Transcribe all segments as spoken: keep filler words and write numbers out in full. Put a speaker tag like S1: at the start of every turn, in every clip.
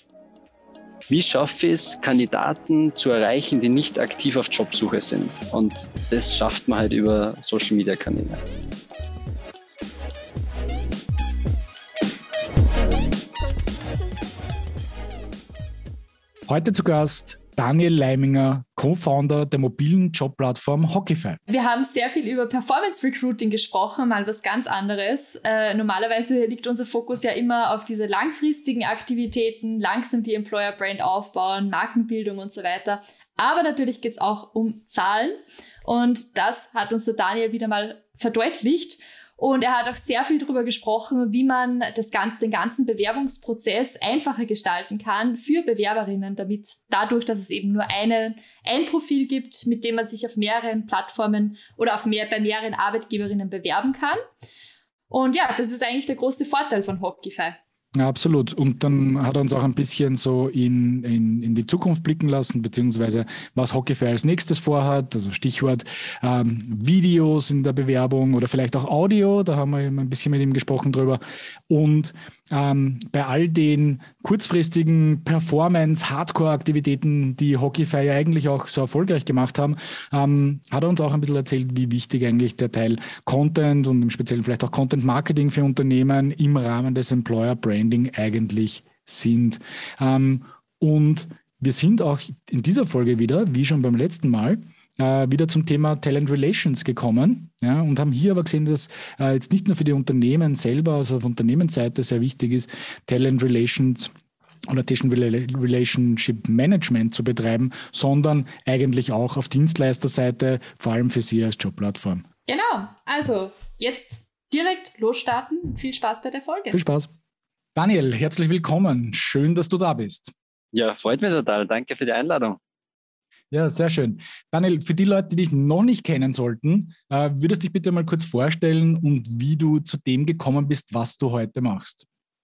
S1: Wie schaffe ich es, Kandidaten zu erreichen, die nicht aktiv auf Jobsuche sind? Und das schafft man halt über Social-Media-Kanäle.
S2: Heute zu Gast Daniel Leiminger, Co-Founder der mobilen Jobplattform Hockify.
S3: Wir haben sehr viel über Performance Recruiting gesprochen, mal was ganz anderes. Äh, normalerweise liegt unser Fokus ja immer auf diese langfristigen Aktivitäten, langsam die Employer Brand aufbauen, Markenbildung und so weiter. Aber natürlich geht es auch um Zahlen und das hat uns der Daniel wieder mal verdeutlicht. Und er hat auch sehr viel darüber gesprochen, wie man das, den ganzen Bewerbungsprozess einfacher gestalten kann für Bewerberinnen, damit dadurch, dass es eben nur einen, ein Profil gibt, mit dem man sich auf mehreren Plattformen oder auf mehr, bei mehreren Arbeitgeberinnen bewerben kann. Und ja, das ist eigentlich der große Vorteil von Hockify.
S2: Ja, absolut. Und dann hat er uns auch ein bisschen so in, in, in die Zukunft blicken lassen, beziehungsweise was Hockify als nächstes vorhat. Also Stichwort ähm, Videos in der Bewerbung oder vielleicht auch Audio. Da haben wir ein bisschen mit ihm gesprochen drüber. Und ähm, bei all den kurzfristigen Performance-Hardcore-Aktivitäten, die Hockify ja eigentlich auch so erfolgreich gemacht haben, ähm, hat er uns auch ein bisschen erzählt, wie wichtig eigentlich der Teil Content und im Speziellen vielleicht auch Content-Marketing für Unternehmen im Rahmen des Employer Branding eigentlich sind. Ähm, und wir sind auch in dieser Folge wieder, wie schon beim letzten Mal, äh, wieder zum Thema Talent Relations gekommen, ja, und haben hier aber gesehen, dass äh, jetzt nicht nur für die Unternehmen selber, also auf Unternehmensseite sehr wichtig ist, Talent Relations oder Talent Relationship Management zu betreiben, sondern eigentlich auch auf Dienstleisterseite, vor allem für Sie als Jobplattform.
S3: Genau, also jetzt direkt losstarten. Viel Spaß bei der Folge.
S2: Viel Spaß. Daniel, herzlich willkommen. Schön, dass du da bist.
S1: Ja, freut mich total. Danke für die Einladung.
S2: Ja, sehr schön. Daniel, für die Leute, die dich noch nicht kennen sollten, äh, würdest du dich bitte mal kurz vorstellen und wie du zu dem gekommen bist, was du heute machst?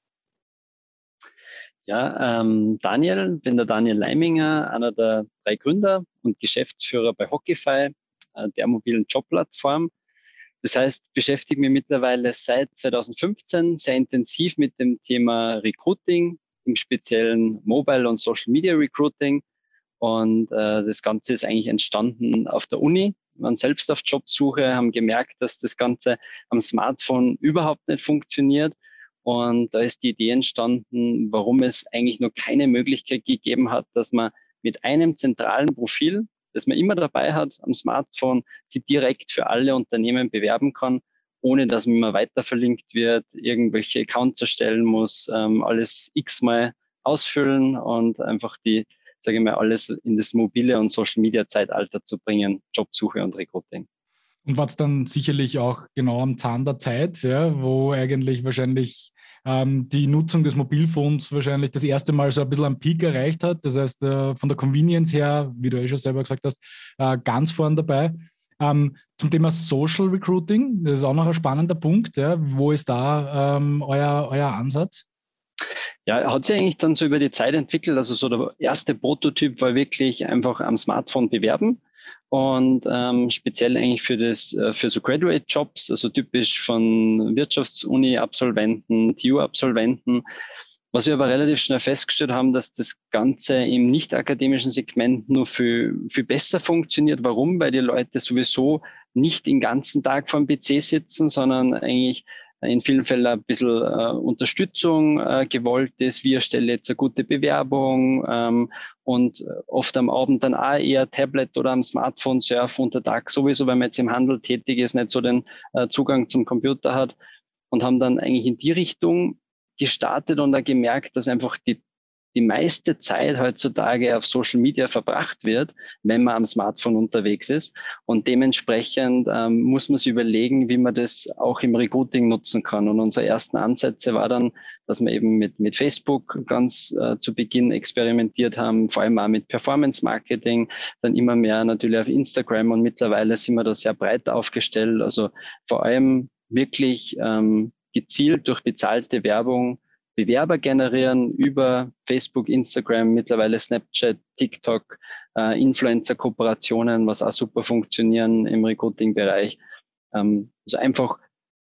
S1: Ja, ähm, Daniel, bin der Daniel Leiminger, einer der drei Gründer und Geschäftsführer bei Hockify, äh, der mobilen Jobplattform. Das heißt, beschäftige mich mittlerweile seit zweitausendfünfzehn sehr intensiv mit dem Thema Recruiting, im speziellen Mobile und Social Media Recruiting. Und äh, das Ganze ist eigentlich entstanden auf der Uni. Wir waren selbst auf Jobsuche, haben gemerkt, dass das Ganze am Smartphone überhaupt nicht funktioniert. Und da ist die Idee entstanden, warum es eigentlich noch keine Möglichkeit gegeben hat, dass man mit einem zentralen Profil, das man immer dabei hat am Smartphone, sich direkt für alle Unternehmen bewerben kann, ohne dass man immer weiter verlinkt wird, irgendwelche Accounts erstellen muss, ähm, alles x-mal ausfüllen und einfach die, sage ich mal, alles in das mobile und Social-Media-Zeitalter zu bringen, Jobsuche und Recruiting.
S2: Und war es dann sicherlich auch genau am Zahn der Zeit, ja, wo eigentlich wahrscheinlich ähm, die Nutzung des Mobilphones wahrscheinlich das erste Mal so ein bisschen am Peak erreicht hat. Das heißt, äh, von der Convenience her, wie du eh schon selber gesagt hast, äh, ganz vorn dabei. Ähm, zum Thema Social Recruiting, das ist auch noch ein spannender Punkt. Ja. Wo ist da ähm, euer, euer Ansatz?
S1: Ja, hat sich eigentlich dann so über die Zeit entwickelt. Also so der erste Prototyp war wirklich einfach am Smartphone bewerben und ähm, speziell eigentlich für das äh, für so Graduate Jobs, also typisch von Wirtschaftsuni-Absolventen, T U-Absolventen. Was wir aber relativ schnell festgestellt haben, dass das Ganze im nicht-akademischen Segment nur viel, viel besser funktioniert. Warum? Weil die Leute sowieso nicht den ganzen Tag vor dem P C sitzen, sondern eigentlich in vielen Fällen ein bisschen äh, Unterstützung äh, gewollt ist. Wir stellen jetzt eine gute Bewerbung ähm, und oft am Abend dann auch eher Tablet oder am Smartphone surfen, unter Tag sowieso, weil man jetzt im Handel tätig ist, nicht so den äh, Zugang zum Computer hat, und haben dann eigentlich in die Richtung gestartet und da gemerkt, dass einfach die die meiste Zeit heutzutage auf Social Media verbracht wird, wenn man am Smartphone unterwegs ist. Und dementsprechend ähm, muss man sich überlegen, wie man das auch im Recruiting nutzen kann. Und unsere ersten Ansätze war dann, dass wir eben mit, mit Facebook ganz äh, zu Beginn experimentiert haben, vor allem auch mit Performance Marketing, dann immer mehr natürlich auf Instagram, und mittlerweile sind wir da sehr breit aufgestellt. Also vor allem wirklich ähm, gezielt durch bezahlte Werbung Bewerber generieren über Facebook, Instagram, mittlerweile Snapchat, TikTok, äh, Influencer-Kooperationen, was auch super funktionieren im Recruiting-Bereich. Ähm, also einfach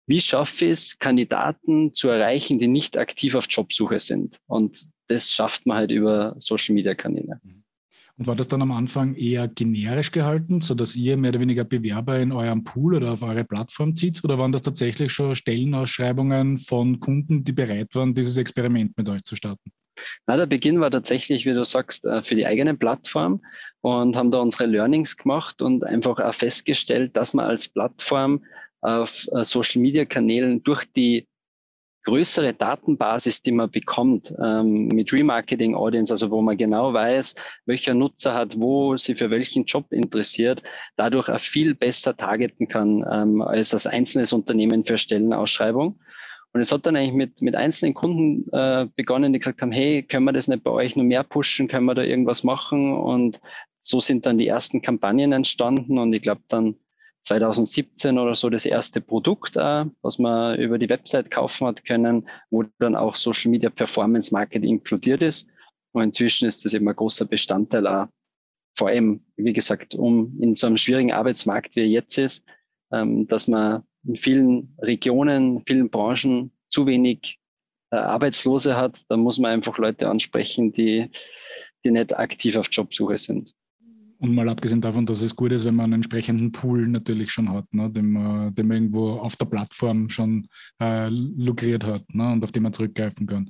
S1: wie schaffe ich es, Kandidaten zu erreichen, die nicht aktiv auf Jobsuche sind? Und das schafft man halt über Social-Media-Kanäle.
S2: Und war das dann am Anfang eher generisch gehalten, sodass ihr mehr oder weniger Bewerber in eurem Pool oder auf eure Plattform zieht? Oder waren das tatsächlich schon Stellenausschreibungen von Kunden, die bereit waren, dieses Experiment mit euch zu starten?
S1: Na, der Beginn war tatsächlich, wie du sagst, für die eigene Plattform und haben da unsere Learnings gemacht und einfach auch festgestellt, dass man als Plattform auf Social-Media-Kanälen durch die größere Datenbasis, die man bekommt, ähm, mit Remarketing Audience, also wo man genau weiß, welcher Nutzer hat, wo sie für welchen Job interessiert, dadurch auch viel besser targeten kann, ähm, als als einzelnes Unternehmen für Stellenausschreibung. Und es hat dann eigentlich mit, mit einzelnen Kunden äh, begonnen, die gesagt haben, hey, können wir das nicht bei euch noch mehr pushen, können wir da irgendwas machen? Und so sind dann die ersten Kampagnen entstanden und ich glaube dann zwanzig siebzehn oder so das erste Produkt, äh, was man über die Website kaufen hat können, wo dann auch Social Media Performance Marketing inkludiert ist. Und inzwischen ist das eben ein großer Bestandteil, auch, vor allem, wie gesagt, um in so einem schwierigen Arbeitsmarkt, wie er jetzt ist, ähm, dass man in vielen Regionen, vielen Branchen zu wenig äh, Arbeitslose hat. Da muss man einfach Leute ansprechen, die, die nicht aktiv auf Jobsuche sind.
S2: Und mal abgesehen davon, dass es gut ist, wenn man einen entsprechenden Pool natürlich schon hat, ne, den, man, den man irgendwo auf der Plattform schon äh, lukriert hat, ne, und auf den man zurückgreifen kann.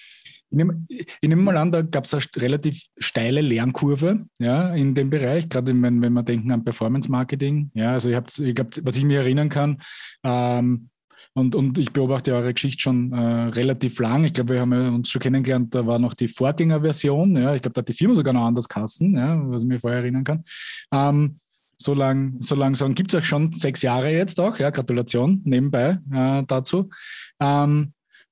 S2: Ich nehme, ich nehme mal an, da gab es eine relativ steile Lernkurve, ja, in dem Bereich, gerade wenn, wenn wir denken an Performance-Marketing. Ja, also ich habe, ich glaube, was ich mir erinnern kann, ähm, Und, und ich beobachte eure Geschichte schon äh, relativ lang. Ich glaube, wir haben ja uns schon kennengelernt, da war noch die Vorgängerversion. Ja. Ich glaube, da hat die Firma sogar noch anders Kassen, ja, was ich mir vorher erinnern kann. Ähm, so lang, so lang sagen, gibt es euch schon sechs Jahre jetzt auch. Ja, Gratulation nebenbei äh, dazu. Ähm,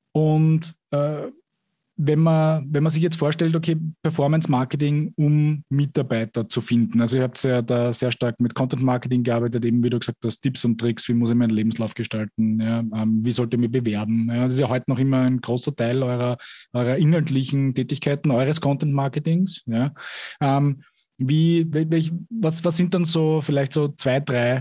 S2: und äh, wenn man, wenn man sich jetzt vorstellt, okay, Performance Marketing, um Mitarbeiter zu finden. Also ihr habt ja da sehr stark mit Content Marketing gearbeitet, eben wie du gesagt hast, Tipps und Tricks, wie muss ich meinen Lebenslauf gestalten, ja, ähm, wie sollte ich mich bewerben. Ja, das ist ja heute noch immer ein großer Teil eurer, eurer inhaltlichen Tätigkeiten, eures Content Marketings. Ja. Ähm, wie, welch, was, was sind dann so vielleicht so zwei, drei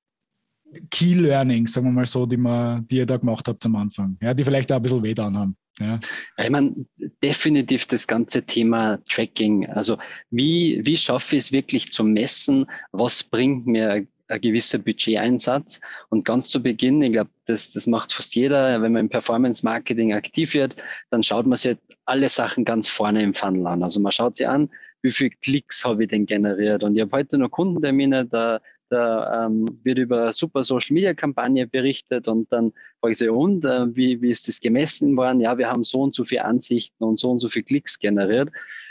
S2: Key Learnings, sagen wir mal so, die, man, die ihr da gemacht habt am Anfang, ja, die vielleicht auch ein bisschen weh getan haben? Ja.
S1: Ich meine, definitiv das ganze Thema Tracking. Also wie, wie schaffe ich es wirklich zu messen, was bringt mir ein gewisser Budgeteinsatz? Und ganz zu Beginn, ich glaube, das, das macht fast jeder, wenn man im Performance-Marketing aktiv wird, dann schaut man sich alle Sachen ganz vorne im Funnel an. Also man schaut sich an, wie viele Klicks habe ich denn generiert? Und ich habe heute noch Kundentermine, da Da ähm, wird über super Social Media Kampagne berichtet und dann frage ich sie, und äh, wie, wie ist das gemessen worden? Ja, wir haben so und so viele Ansichten und so und so viele Klicks generiert.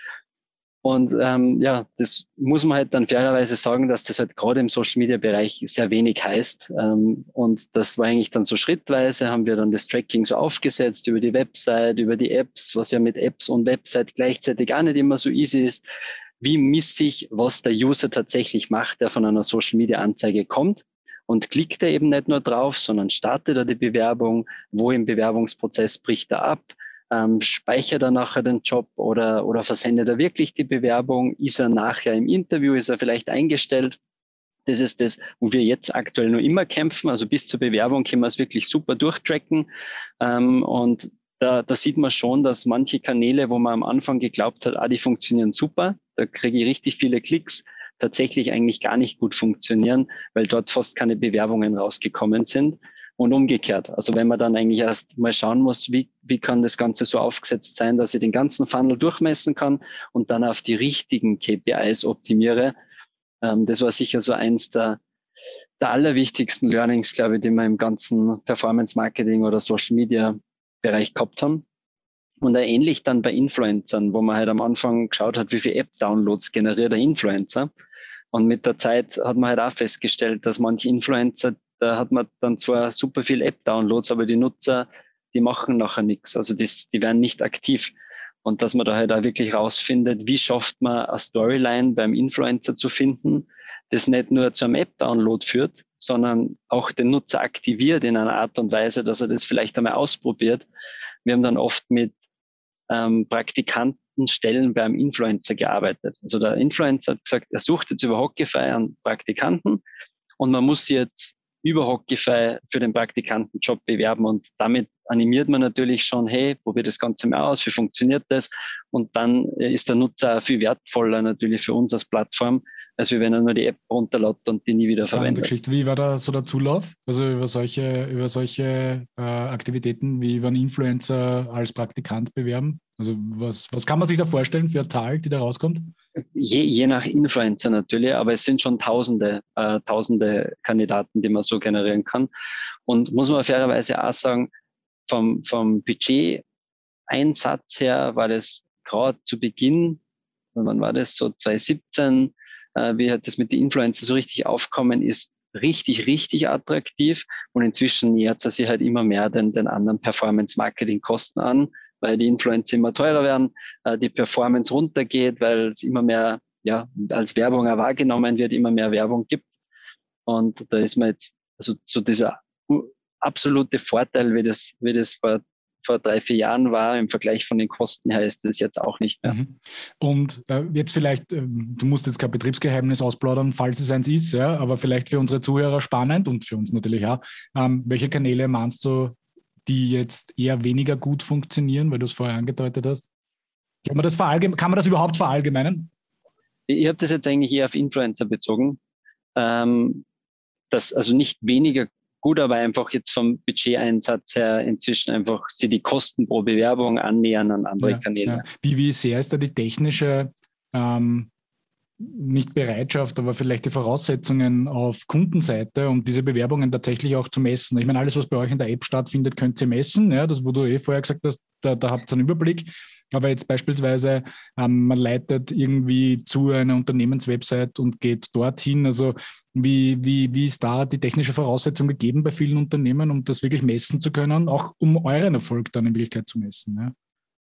S1: Und ähm, ja, das muss man halt dann fairerweise sagen, dass das halt gerade im Social Media Bereich sehr wenig heißt. Ähm, und das war eigentlich dann so schrittweise, haben wir dann das Tracking so aufgesetzt über die Website, über die Apps, was ja mit Apps und Website gleichzeitig auch nicht immer so easy ist. Wie misse ich, was der User tatsächlich macht, der von einer Social-Media-Anzeige kommt, und klickt er eben nicht nur drauf, sondern startet er die Bewerbung, wo im Bewerbungsprozess bricht er ab, ähm, speichert er nachher den Job oder, oder versendet er wirklich die Bewerbung, ist er nachher im Interview, ist er vielleicht eingestellt. Das ist das, wo wir jetzt aktuell noch immer kämpfen, also bis zur Bewerbung können wir es wirklich super durchtracken ähm, und Da, da sieht man schon, dass manche Kanäle, wo man am Anfang geglaubt hat, ah, die funktionieren super, da kriege ich richtig viele Klicks, tatsächlich eigentlich gar nicht gut funktionieren, weil dort fast keine Bewerbungen rausgekommen sind. Und umgekehrt. Also wenn man dann eigentlich erst mal schauen muss, wie, wie kann das Ganze so aufgesetzt sein, dass ich den ganzen Funnel durchmessen kann und dann auf die richtigen K P Is optimiere. Ähm, das war sicher so eins der, der allerwichtigsten Learnings, glaube ich, die wir im ganzen Performance-Marketing oder Social-Media Bereich gehabt haben. Und auch ähnlich dann bei Influencern, wo man halt am Anfang geschaut hat, wie viele App-Downloads generiert ein Influencer. Und mit der Zeit hat man halt auch festgestellt, dass manche Influencer, da hat man dann zwar super viel App-Downloads, aber die Nutzer, die machen nachher nichts. Also das, die werden nicht aktiv. Und dass man da halt auch wirklich rausfindet, wie schafft man eine Storyline beim Influencer zu finden, das nicht nur zu einem App-Download führt, sondern auch den Nutzer aktiviert in einer Art und Weise, dass er das vielleicht einmal ausprobiert. Wir haben dann oft mit ähm, Praktikantenstellen beim Influencer gearbeitet. Also der Influencer hat gesagt, er sucht jetzt über Hockeyfy einen Praktikanten und man muss jetzt über Hokify für den Praktikantenjob bewerben und damit animiert man natürlich schon, hey, probier das Ganze mal aus, wie funktioniert das? Und dann ist der Nutzer viel wertvoller natürlich für uns als Plattform, als wenn er nur die App runterlädt und die nie wieder
S2: Spannende
S1: verwendet.
S2: Geschichte. Wie war da so der Zulauf? Also über solche, über solche äh, Aktivitäten, wie über einen Influencer als Praktikant bewerben? Also was, was kann man sich da vorstellen für eine Zahl, die da rauskommt?
S1: Je, je nach Influencer natürlich, aber es sind schon tausende, äh, tausende Kandidaten, die man so generieren kann. Und muss man fairerweise auch sagen, vom, vom Budget-Einsatz her war das gerade zu Beginn, wann war das, so zwanzig siebzehn, äh, wie hat das mit den Influencern so richtig aufkommen ist, richtig, richtig attraktiv. Und inzwischen nähert es sich halt immer mehr den, den anderen Performance-Marketing-Kosten an, weil die Influencer immer teurer werden, äh, die Performance runtergeht, weil es immer mehr ja, als Werbung auch wahrgenommen wird, immer mehr Werbung gibt. Und da ist man jetzt, also so dieser absolute Vorteil, wie das, wie das vor, vor drei, vier Jahren war, im Vergleich von den Kosten her, ist das jetzt auch nicht mehr.
S2: Mhm. Und äh, jetzt vielleicht, äh, du musst jetzt kein Betriebsgeheimnis ausplaudern, falls es eins ist, ja, aber vielleicht für unsere Zuhörer spannend und für uns natürlich auch. Ähm, welche Kanäle meinst du, die jetzt eher weniger gut funktionieren, weil du es vorher angedeutet hast? Kann man das, verallgeme- kann man das überhaupt verallgemeinern?
S1: Ich habe das jetzt eigentlich eher auf Influencer bezogen. Ähm, das also nicht weniger gut, aber einfach jetzt vom Budgeteinsatz her inzwischen einfach sie die Kosten pro Bewerbung annähern an andere
S2: Ja,
S1: Kanäle.
S2: ja. Wie, wie sehr ist da die technische ähm, nicht Bereitschaft, aber vielleicht die Voraussetzungen auf Kundenseite, um diese Bewerbungen tatsächlich auch zu messen? Ich meine, alles, was bei euch in der App stattfindet, könnt ihr messen. Ja, das, wo du eh vorher gesagt hast, da, da habt ihr einen Überblick. Aber jetzt beispielsweise, ähm, man leitet irgendwie zu einer Unternehmenswebsite und geht dorthin. Also wie, wie, wie ist da die technische Voraussetzung gegeben bei vielen Unternehmen, um das wirklich messen zu können, auch um euren Erfolg dann in Wirklichkeit zu messen? Ja?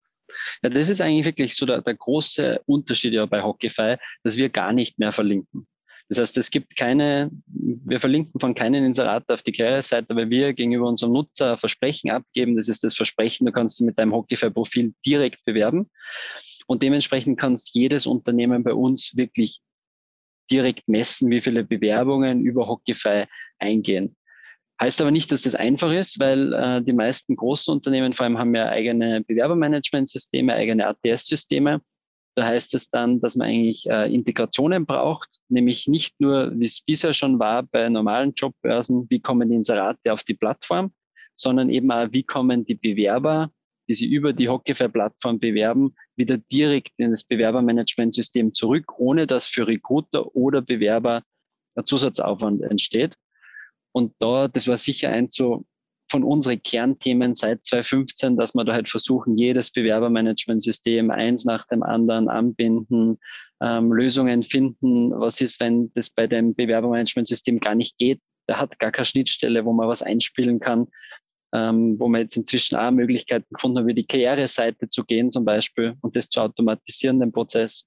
S1: Ja, das ist eigentlich wirklich so der, der große Unterschied ja bei Hokify, dass wir gar nicht mehr verlinken. Das heißt, es gibt keine, wir verlinken von keinen Inserat auf die Karriereseite, weil wir gegenüber unserem Nutzer Versprechen abgeben. Das ist das Versprechen, du kannst dich mit deinem Hokify-Profil direkt bewerben. Und dementsprechend kann jedes Unternehmen bei uns wirklich direkt messen, wie viele Bewerbungen über Hokify eingehen. Heißt aber nicht, dass das einfach ist, weil äh, die meisten großen Unternehmen vor allem haben ja eigene Bewerbermanagementsysteme, eigene A T S-Systeme. Da heißt es dann, dass man eigentlich äh, Integrationen braucht, nämlich nicht nur, wie es bisher schon war bei normalen Jobbörsen, wie kommen die Inserate auf die Plattform, sondern eben auch, wie kommen die Bewerber, die sie über die Hokify-Plattform bewerben, wieder direkt in das Bewerbermanagementsystem zurück, ohne dass für Recruiter oder Bewerber ein Zusatzaufwand entsteht. Und da, das war sicher eins so von unseren Kernthemen seit zwanzig fünfzehn, dass wir da halt versuchen, jedes Bewerbermanagementsystem eins nach dem anderen anbinden, ähm, Lösungen finden. Was ist, wenn das bei dem Bewerbermanagementsystem gar nicht geht? Der hat gar keine Schnittstelle, wo man was einspielen kann, ähm, wo man jetzt inzwischen auch Möglichkeiten gefunden hat, über die Karriereseite zu gehen zum Beispiel und das zu automatisieren, den Prozess.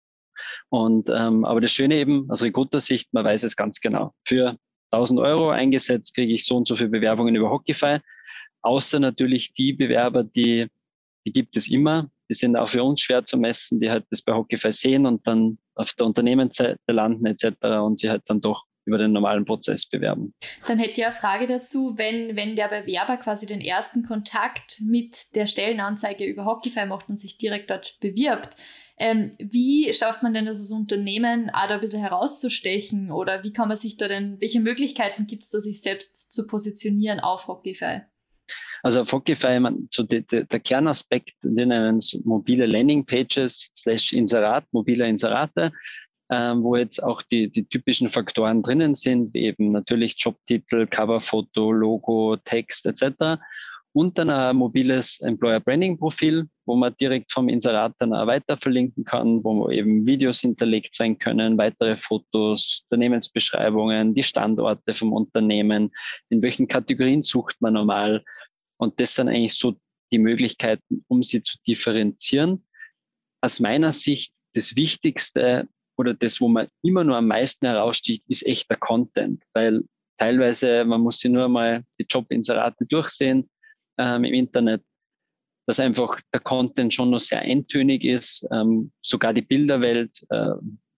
S1: Und ähm, aber das Schöne eben, aus Recruiter-Sicht, man weiß es ganz genau. Für tausend Euro eingesetzt, kriege ich so und so viele Bewerbungen über Hokify. Außer natürlich die Bewerber, die, die gibt es immer. Die sind auch für uns schwer zu messen, die halt das bei Hokify sehen und dann auf der Unternehmensseite landen et cetera und sie halt dann doch über den normalen Prozess bewerben.
S3: Dann hätte ich eine Frage dazu, wenn, wenn der Bewerber quasi den ersten Kontakt mit der Stellenanzeige über Hokify macht und sich direkt dort bewirbt, ähm, wie schafft man denn das Unternehmen auch da ein bisschen herauszustechen oder wie kann man sich da denn, welche Möglichkeiten gibt es da, sich selbst zu positionieren auf Hokify?
S1: Also auf Hokify, man, so die, die, der Kernaspekt, wir nennen es mobile Landingpages slash Inserat, mobile Inserate, ähm, wo jetzt auch die, die typischen Faktoren drinnen sind, wie eben natürlich Jobtitel, Coverfoto, Logo, Text et cetera. Und dann ein mobiles Employer Branding Profil, wo man direkt vom Inserat dann auch weiter verlinken kann, wo eben Videos hinterlegt sein können, weitere Fotos, Unternehmensbeschreibungen, die Standorte vom Unternehmen, in welchen Kategorien sucht man normal. Und das sind eigentlich so die Möglichkeiten, um sie zu differenzieren. Aus meiner Sicht das Wichtigste oder das, wo man immer nur am meisten heraussticht, ist echter Content, weil teilweise, man muss sich nur mal die Jobinserate durchsehen ähm, im Internet, dass einfach der Content schon noch sehr eintönig ist, ähm, sogar die Bilderwelt äh,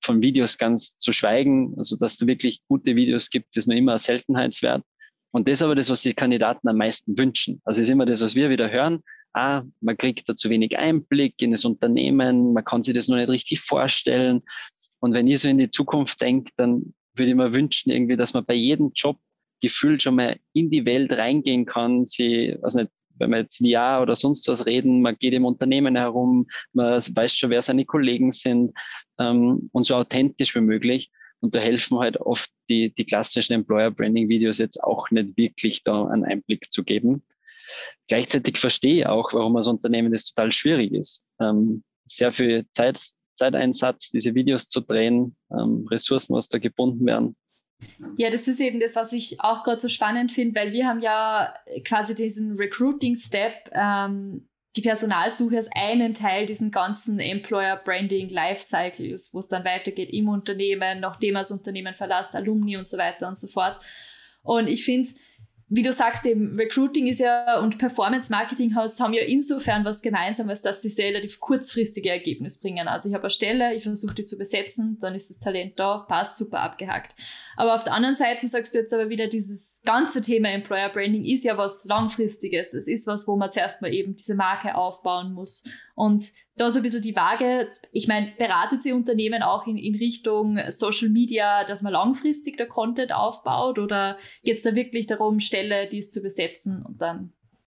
S1: von Videos ganz zu schweigen, also dass es wirklich gute Videos gibt, ist noch immer ein Seltenheitswert. Und das ist aber das, was die Kandidaten am meisten wünschen. Also ist immer das, was wir wieder hören. Ah, man kriegt da zu wenig Einblick in das Unternehmen, man kann sich das noch nicht richtig vorstellen. Und wenn ich so in die Zukunft denke, dann würde ich mir wünschen, irgendwie, dass man bei jedem Job gefühlt schon mal in die Welt reingehen kann. Sie, also nicht, wenn wir jetzt V R oder sonst was reden, man geht im Unternehmen herum, man weiß schon, wer seine Kollegen sind, ähm, und so authentisch wie möglich. Und da helfen halt oft die, die klassischen Employer-Branding-Videos jetzt auch nicht wirklich da einen Einblick zu geben. Gleichzeitig verstehe ich auch, warum als Unternehmen das total schwierig ist. Ähm, sehr viel Zeit, Zeiteinsatz, diese Videos zu drehen, ähm, Ressourcen, was da gebunden werden.
S3: Ja, das ist eben das, was ich auch gerade so spannend finde, weil wir haben ja quasi diesen Recruiting-Step, ähm, die Personalsuche als einen Teil diesen ganzen Employer-Branding-Lifecycles, wo es dann weitergeht im Unternehmen, nachdem man das Unternehmen verlässt, Alumni und so weiter und so fort. Und ich finde, wie du sagst, eben Recruiting ist ja und Performance-Marketing haben ja insofern was Gemeinsames, dass sie sehr relativ kurzfristige Ergebnisse bringen. Also ich habe eine Stelle, ich versuche die zu besetzen, dann ist das Talent da, passt, super, abgehakt. Aber auf der anderen Seite sagst du jetzt aber wieder, dieses ganze Thema Employer Branding ist ja was Langfristiges. Es ist was, wo man zuerst mal eben diese Marke aufbauen muss. Und da so ein bisschen die Waage, ich meine, beratet sie Unternehmen auch in, in Richtung Social Media, dass man langfristig der Content aufbaut, oder geht es da wirklich darum, Stelle, die es zu besetzen und dann?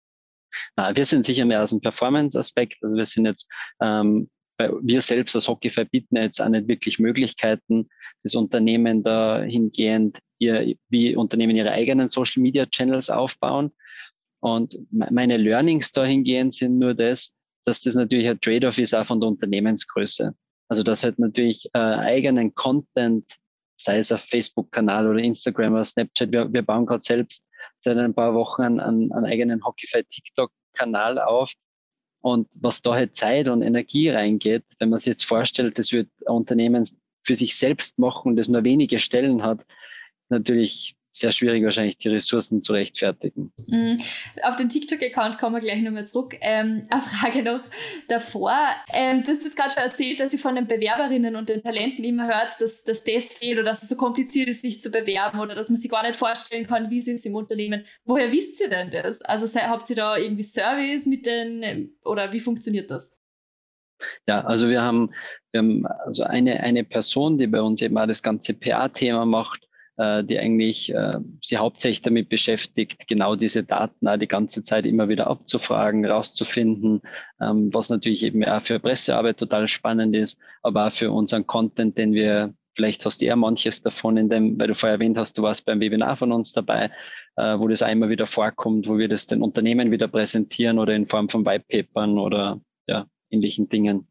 S1: Na, wir sind sicher mehr aus dem Performance-Aspekt. Also wir sind jetzt, ähm, bei, wir selbst als Hockeyfair bieten jetzt auch nicht wirklich Möglichkeiten, das Unternehmen dahingehend, ihr, wie Unternehmen ihre eigenen Social-Media-Channels aufbauen. Und meine Learnings dahingehend sind nur das, dass das natürlich ein Trade-off ist auch von der Unternehmensgröße. Also dass halt natürlich äh, eigenen Content, sei es auf Facebook-Kanal oder Instagram oder Snapchat, wir, wir bauen gerade selbst seit ein paar Wochen einen, einen, einen eigenen Hockeyfight-TikTok-Kanal auf. Und was da halt Zeit und Energie reingeht, wenn man sich jetzt vorstellt, das wird ein Unternehmen für sich selbst machen und das nur wenige Stellen hat, natürlich sehr schwierig wahrscheinlich die Ressourcen zu rechtfertigen.
S3: Mhm. Auf den TikTok-Account kommen wir gleich nochmal zurück. Ähm, eine Frage noch davor. Ähm, du hast jetzt gerade schon erzählt, dass ihr von den Bewerberinnen und den Talenten immer hört, dass, dass das fehlt oder dass es so kompliziert ist, sich zu bewerben oder dass man sich gar nicht vorstellen kann, wie sie es im Unternehmen. Woher wisst ihr denn das? Also sei, habt ihr da irgendwie Surveys mit den, oder wie funktioniert das?
S1: Ja, also wir haben, wir haben also eine, eine Person, die bei uns eben auch das ganze P R-Thema macht, die eigentlich äh, sie hauptsächlich damit beschäftigt, genau diese Daten auch die ganze Zeit immer wieder abzufragen, rauszufinden, ähm, was natürlich eben auch für Pressearbeit total spannend ist, aber auch für unseren Content, den wir, vielleicht hast du eher manches davon in dem, weil du vorher erwähnt hast, du warst beim Webinar von uns dabei, äh, wo das auch immer wieder vorkommt, wo wir das den Unternehmen wieder präsentieren oder in Form von Whitepapern oder ja, ähnlichen Dingen.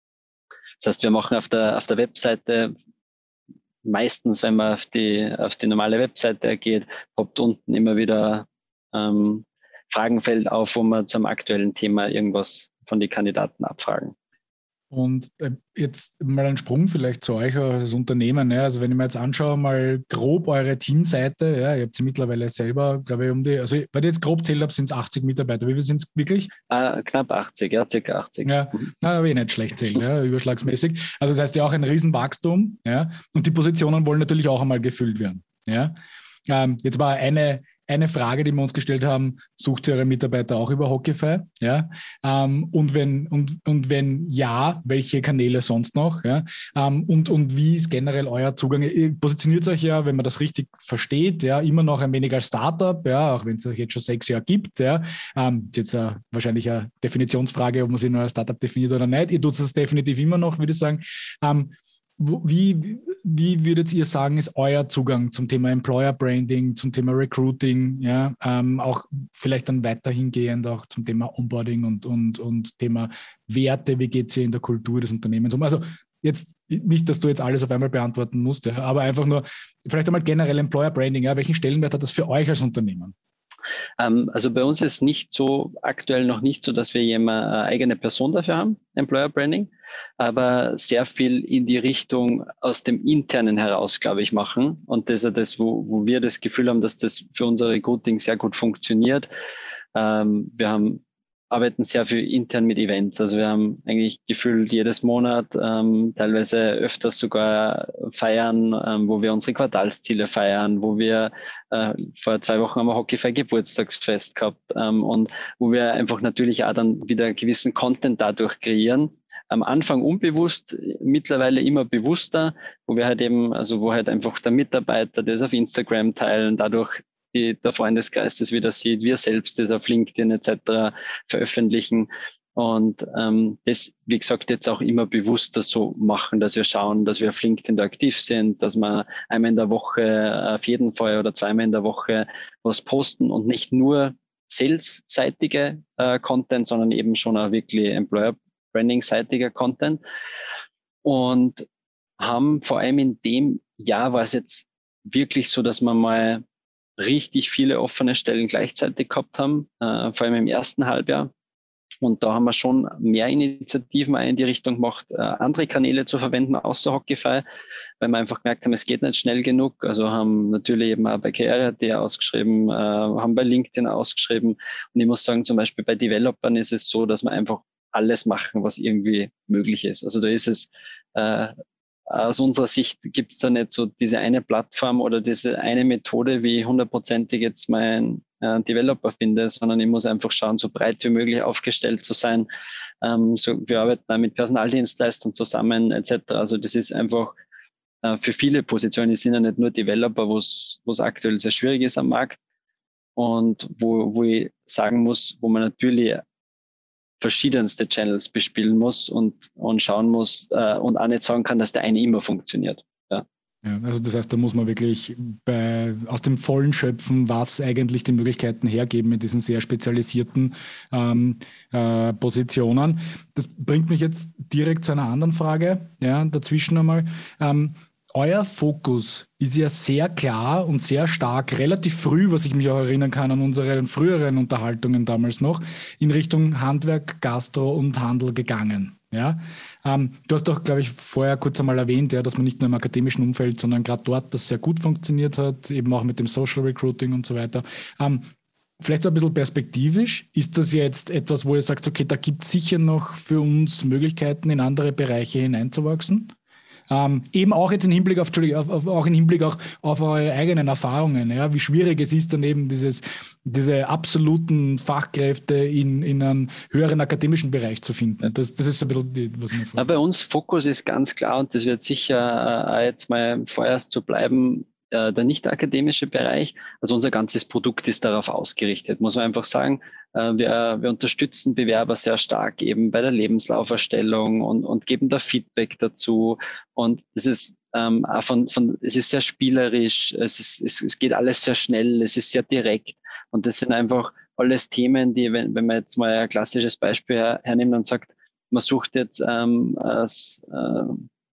S1: Das heißt, wir machen auf der, auf der Webseite meistens, wenn man auf die, auf die normale Webseite geht, poppt unten immer wieder ähm, Fragenfeld auf, wo man zum aktuellen Thema irgendwas von den Kandidaten abfragen.
S2: Und äh, jetzt mal ein Sprung vielleicht zu euch als Unternehmen. Ja. Also wenn ich mir jetzt anschaue, mal grob eure Teamseite, ja, ihr habt sie mittlerweile selber, glaube ich, um die, also weil ich jetzt grob zählt habe, sind es achtzig Mitarbeiter. Wie viel sind es wirklich?
S1: Äh, knapp achtzig, ja, circa achtzig.
S2: Ja, na, aber eh nicht schlecht zählen, ja, überschlagsmäßig. Also das heißt ja auch ein Riesenwachstum, ja, und die Positionen wollen natürlich auch einmal gefüllt werden. Ja. Ähm, jetzt war eine Eine Frage, die wir uns gestellt haben: Sucht ihr eure Mitarbeiter auch über Hockeyfy? Ja? Ähm, und, wenn, und, und wenn ja, welche Kanäle sonst noch? Ja? Ähm, und, und wie ist generell euer Zugang? Ihr positioniert euch ja, wenn man das richtig versteht, ja, immer noch ein wenig als Startup, ja, auch wenn es euch jetzt schon sechs Jahre gibt. Ja? Ähm, jetzt äh, wahrscheinlich eine Definitionsfrage, ob man sich nur als Startup definiert oder nicht. Ihr tut es definitiv immer noch, würde ich sagen. Ähm, Wie, wie würdet ihr sagen, ist euer Zugang zum Thema Employer Branding, zum Thema Recruiting, ja, ähm, auch vielleicht dann weiterhingehend auch zum Thema Onboarding und, und, und Thema Werte, wie geht es hier in der Kultur des Unternehmens um? Also jetzt nicht, dass du jetzt alles auf einmal beantworten musst, ja, aber einfach nur vielleicht einmal generell Employer Branding, ja, welchen Stellenwert hat das für euch als Unternehmen?
S1: Also bei uns ist nicht so, aktuell noch nicht so, dass wir jemand eine eigene Person dafür haben, Employer Branding, aber sehr viel in die Richtung aus dem Internen heraus, glaube ich, machen. Und das ist das, wo, wo wir das Gefühl haben, dass das für unser Recruiting sehr gut funktioniert. Wir haben arbeiten sehr viel intern mit Events. Also wir haben eigentlich gefühlt jedes Monat, ähm, teilweise öfters sogar feiern, ähm, wo wir unsere Quartalsziele feiern, wo wir äh, vor zwei Wochen haben wir Hockeyfy Geburtstagsfest gehabt ähm, und wo wir einfach natürlich auch dann wieder gewissen Content dadurch kreieren. Am Anfang unbewusst, mittlerweile immer bewusster, wo wir halt eben, also wo halt einfach der Mitarbeiter das auf Instagram teilen, dadurch die, der Freundeskreis das wieder sieht, wir selbst das auf LinkedIn et cetera veröffentlichen und ähm, das, wie gesagt, jetzt auch immer bewusster so machen, dass wir schauen, dass wir auf LinkedIn da aktiv sind, dass wir einmal in der Woche auf jeden Fall oder zweimal in der Woche was posten und nicht nur sales-seitige äh, Content, sondern eben schon auch wirklich Employer Branding-seitiger Content und haben vor allem in dem Jahr war es jetzt wirklich so, dass wir mal richtig viele offene Stellen gleichzeitig gehabt haben, äh, vor allem im ersten Halbjahr. Und da haben wir schon mehr Initiativen in die Richtung gemacht, äh, andere Kanäle zu verwenden, außer Hockeyfy, weil wir einfach gemerkt haben, es geht nicht schnell genug. Also haben natürlich eben auch bei K R T ausgeschrieben, äh, haben bei LinkedIn ausgeschrieben. Und ich muss sagen, zum Beispiel bei Developern ist es so, dass man einfach alles machen, was irgendwie möglich ist. Also da ist es, äh, aus unserer Sicht gibt es da nicht so diese eine Plattform oder diese eine Methode, wie ich hundertprozentig jetzt meinen äh, Developer finde, sondern ich muss einfach schauen, so breit wie möglich aufgestellt zu sein. Ähm, so, wir arbeiten da mit Personaldienstleistern zusammen et cetera. Also das ist einfach äh, für viele Positionen, die sind ja nicht nur Developer, wo es aktuell sehr schwierig ist am Markt und wo, wo ich sagen muss, wo man natürlich verschiedenste Channels bespielen muss und, und schauen muss äh, und auch nicht sagen kann, dass der eine immer funktioniert. Ja.
S2: Ja, also das heißt, da muss man wirklich bei, aus dem Vollen schöpfen, was eigentlich die Möglichkeiten hergeben in diesen sehr spezialisierten ähm, äh, Positionen. Das bringt mich jetzt direkt zu einer anderen Frage, ja, dazwischen einmal. Ähm, Euer Fokus ist ja sehr klar und sehr stark, relativ früh, was ich mich auch erinnern kann an unsere früheren Unterhaltungen damals noch, in Richtung Handwerk, Gastro und Handel gegangen. Ja? Ähm, du hast doch, glaube ich, vorher kurz einmal erwähnt, ja, dass man nicht nur im akademischen Umfeld, sondern gerade dort das sehr gut funktioniert hat, eben auch mit dem Social Recruiting und so weiter. Ähm, Vielleicht so ein bisschen perspektivisch. Ist das jetzt etwas, wo ihr sagt, okay, da gibt es sicher noch für uns Möglichkeiten, in andere Bereiche hineinzuwachsen? Ähm, eben auch jetzt im Hinblick auf, auf, auf, auch im Hinblick auch auf eure eigenen Erfahrungen, ja, wie schwierig es ist, dann eben dieses, diese absoluten Fachkräfte in, in einem höheren akademischen Bereich zu finden. Das, das ist so ein bisschen, die, was mir vorstellt.
S1: Bei uns Fokus ist ganz klar und das wird sicher äh, jetzt mal vorerst so bleiben, äh, der nicht akademische Bereich. Also unser ganzes Produkt ist darauf ausgerichtet, muss man einfach sagen. Äh, wir, wir unterstützen Bewerber sehr stark eben bei der Lebenslauferstellung und, und geben da Feedback dazu. Und das ist ähm, auch von, von, es ist sehr spielerisch, es, ist, es, es geht alles sehr schnell, es ist sehr direkt. Und das sind einfach alles Themen, die, wenn, wenn man jetzt mal ein klassisches Beispiel her, hernimmt und sagt, man sucht jetzt ähm, als, äh,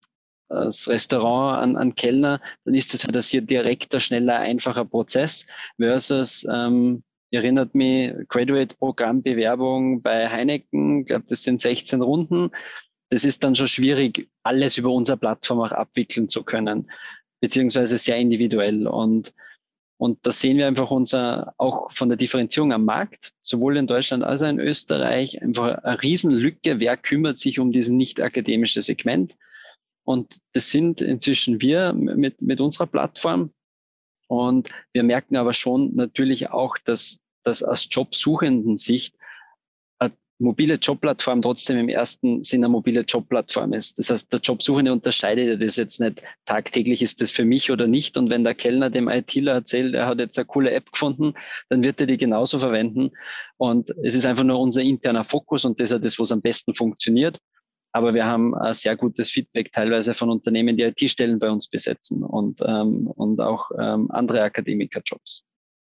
S1: als Restaurant an, an Kellner, dann ist das halt ein sehr direkter, schneller, einfacher Prozess versus, ähm, erinnert mich, Graduate-Programm-Bewerbung bei Heineken, ich glaube, das sind sechzehn Runden. Das ist dann schon schwierig, alles über unsere Plattform auch abwickeln zu können, beziehungsweise sehr individuell. Und, und da sehen wir einfach unser, auch von der Differenzierung am Markt, sowohl in Deutschland als auch in Österreich, einfach eine Riesenlücke. Wer kümmert sich um dieses nicht akademische Segment? Und das sind inzwischen wir mit, mit unserer Plattform. Und wir merken aber schon natürlich auch, dass, dass aus Jobsuchenden-Sicht eine mobile Jobplattform trotzdem im ersten Sinne eine mobile Jobplattform ist. Das heißt, der Jobsuchende unterscheidet ja das jetzt nicht. Tagtäglich ist das für mich oder nicht. Und wenn der Kellner dem ITler erzählt, er hat jetzt eine coole App gefunden, dann wird er die genauso verwenden. Und es ist einfach nur unser interner Fokus und das ist das, was am besten funktioniert. Aber wir haben ein sehr gutes Feedback teilweise von Unternehmen, die I T-Stellen bei uns besetzen und, ähm, und auch ähm, andere Akademikerjobs.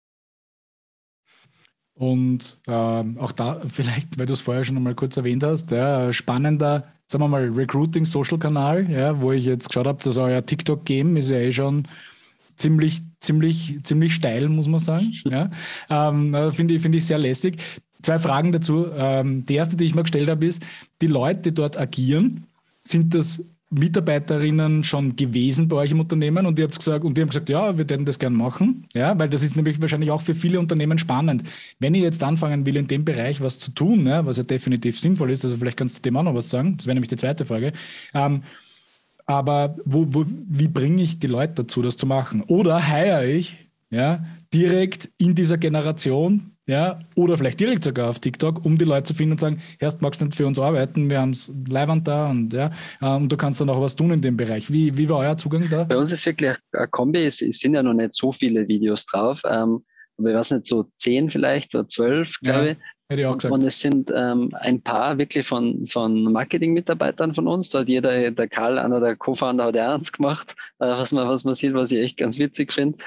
S2: Und ähm, auch da vielleicht, weil du es vorher schon einmal kurz erwähnt hast, ja, spannender, sagen wir mal, Recruiting-Social-Kanal, ja, wo ich jetzt geschaut habe, dass euer TikTok-Game ist ja eh schon ziemlich, ziemlich, ziemlich steil, muss man sagen. Ja. Ähm, finde ich, finde ich sehr lässig. Zwei Fragen dazu. Ähm, die erste, die ich mir gestellt habe, ist, die Leute, die dort agieren, sind das Mitarbeiterinnen schon gewesen bei euch im Unternehmen und ihr habt gesagt, und die haben gesagt, ja, wir würden das gern machen, ja, weil das ist nämlich wahrscheinlich auch für viele Unternehmen spannend. Wenn ich jetzt anfangen will, in dem Bereich was zu tun, ja, was ja definitiv sinnvoll ist, also vielleicht kannst du dem auch noch was sagen, das wäre nämlich die zweite Frage, ähm, aber wo, wo, wie bringe ich die Leute dazu, das zu machen? Oder heiere ich ja, direkt in dieser Generation, ja, oder vielleicht direkt sogar auf TikTok, um die Leute zu finden und sagen, Herst, magst du nicht für uns arbeiten? Wir haben es Leihwand da und ja, und du kannst dann auch was tun in dem Bereich. Wie, wie war euer Zugang da?
S1: Bei uns ist wirklich ein Kombi, es, es sind ja noch nicht so viele Videos drauf, ähm, aber ich weiß nicht, so zehn vielleicht oder zwölf, glaube
S2: ja,
S1: ich.
S2: Hätte ich auch gesagt.
S1: Und es sind ähm, ein paar wirklich von, von Marketing-Mitarbeitern von uns. Da hat jeder, der Karl, einer der Co-Founder, hat er eins gemacht, äh, was man, was man sieht, was ich echt ganz witzig finde.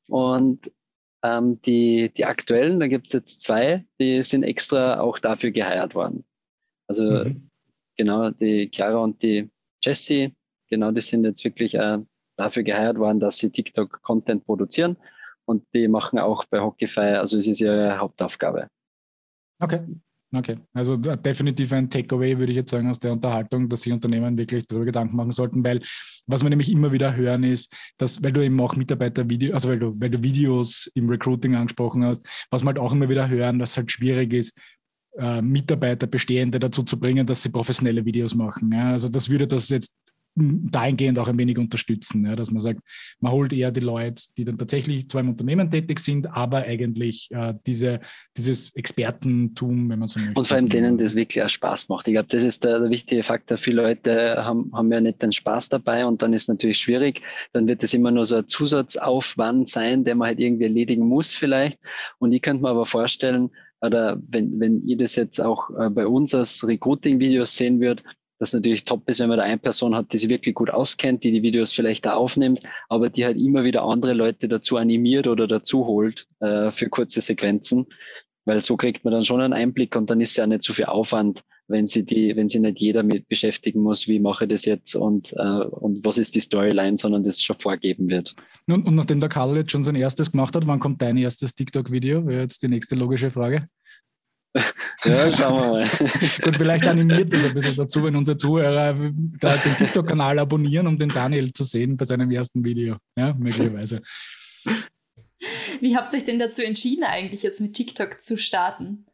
S1: Und ähm, die, die aktuellen, da gibt es jetzt zwei, die sind extra auch dafür geheiert worden. Also mhm. genau, die Chiara und die Jessie, genau, die sind jetzt wirklich äh, dafür geheiert worden, dass sie TikTok-Content produzieren. Und die machen auch bei Hockeyfy, also es ist ihre Hauptaufgabe.
S2: Okay, okay. Also definitiv ein Takeaway, würde ich jetzt sagen, aus der Unterhaltung, dass sich Unternehmen wirklich darüber Gedanken machen sollten, weil was wir nämlich immer wieder hören ist, dass, weil du eben auch Mitarbeitervideos, also weil du, weil du Videos im Recruiting angesprochen hast, was wir halt auch immer wieder hören, dass es halt schwierig ist, äh, Mitarbeiter, Bestehende dazu zu bringen, dass sie professionelle Videos machen. Ja? Also das würde das jetzt dahingehend auch ein wenig unterstützen, ja, dass man sagt, man holt eher die Leute, die dann tatsächlich zwar im Unternehmen tätig sind, aber eigentlich äh, diese, dieses Expertentum, wenn man so möchte.
S1: Und vor allem denen das wirklich auch Spaß macht. Ich glaube, das ist der, der wichtige Faktor. Viele Leute haben, haben ja nicht den Spaß dabei und dann ist es natürlich schwierig. Dann wird es immer nur so ein Zusatzaufwand sein, den man halt irgendwie erledigen muss vielleicht. Und ich könnte mir aber vorstellen, oder wenn, wenn ihr das jetzt auch äh, bei uns als Recruiting-Videos sehen würdet, das natürlich top ist, wenn man da eine Person hat, die sich wirklich gut auskennt, die die Videos vielleicht da aufnimmt, aber die halt immer wieder andere Leute dazu animiert oder dazu holt äh, für kurze Sequenzen, weil so kriegt man dann schon einen Einblick und dann ist ja nicht so viel Aufwand, wenn sie die, wenn sie nicht jeder mit beschäftigen muss, wie mache ich das jetzt und, äh, und was ist die Storyline, sondern das schon vorgeben wird.
S2: Und, und nachdem der Karl jetzt schon sein erstes gemacht hat, wann kommt dein erstes TikTok-Video? Wäre jetzt die nächste logische Frage.
S1: Ja, schauen wir mal.
S2: Gut, vielleicht animiert das ein bisschen dazu, wenn unsere Zuhörer da den TikTok-Kanal abonnieren, um den Daniel zu sehen bei seinem ersten Video. Ja, möglicherweise.
S3: Wie habt ihr euch denn dazu entschieden, eigentlich jetzt mit TikTok zu starten?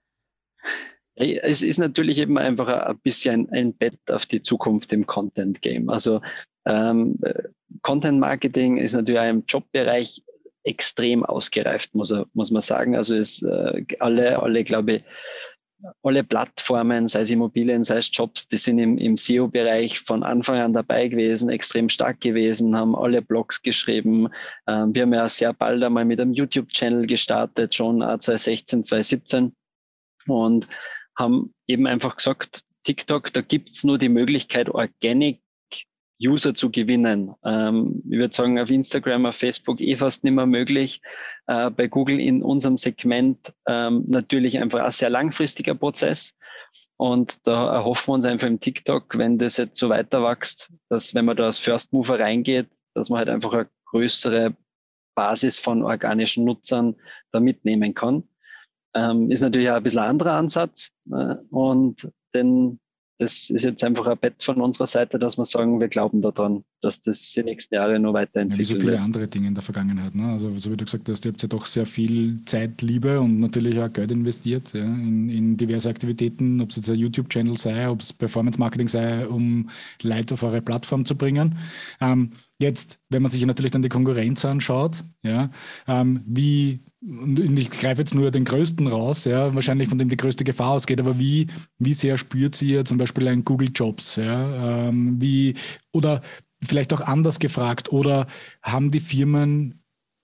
S1: Es ist natürlich eben einfach ein bisschen ein Bett auf die Zukunft im Content-Game. Also ähm, Content-Marketing ist natürlich auch im Jobbereich extrem ausgereift, muss, er, muss man sagen. Also es äh, alle, alle, glaube ich, alle Plattformen, sei es Immobilien, sei es Jobs, die sind im, im S E O-Bereich von Anfang an dabei gewesen, extrem stark gewesen, haben alle Blogs geschrieben. Ähm, wir haben ja sehr bald einmal mit einem YouTube-Channel gestartet, schon zwanzig sechzehn, zwanzig siebzehn und haben eben einfach gesagt, TikTok, da gibt's nur die Möglichkeit, Organic User zu gewinnen. Ähm, ich würde sagen, auf Instagram, auf Facebook eh fast nicht mehr möglich. Äh, bei Google in unserem Segment ähm, natürlich einfach ein sehr langfristiger Prozess. Und da erhoffen wir uns einfach im TikTok, wenn das jetzt so weiter wächst, dass wenn man da als First Mover reingeht, dass man halt einfach eine größere Basis von organischen Nutzern da mitnehmen kann. Ähm, ist natürlich auch ein bisschen ein anderer Ansatz. Äh, und den Das ist jetzt einfach ein Bett von unserer Seite, dass wir sagen, wir glauben daran, dass das die nächsten Jahre noch weiterentwickelt wird.
S2: Ja, wie so viele andere Dinge in der Vergangenheit. Ne? Also so wie du gesagt hast, ihr habt ja doch sehr viel Zeit, Liebe und natürlich auch Geld investiert ja, in, in diverse Aktivitäten, ob es jetzt ein YouTube-Channel sei, ob es Performance-Marketing sei, um Leute auf eure Plattform zu bringen. Ähm, jetzt, wenn man sich natürlich dann die Konkurrenz anschaut, ja, ähm, wie und ich greife jetzt nur den Größten raus, ja, wahrscheinlich von dem die größte Gefahr ausgeht, aber wie, wie sehr spürt ihr zum Beispiel ein Google Jobs, ja, ähm, wie, oder vielleicht auch anders gefragt, oder haben die Firmen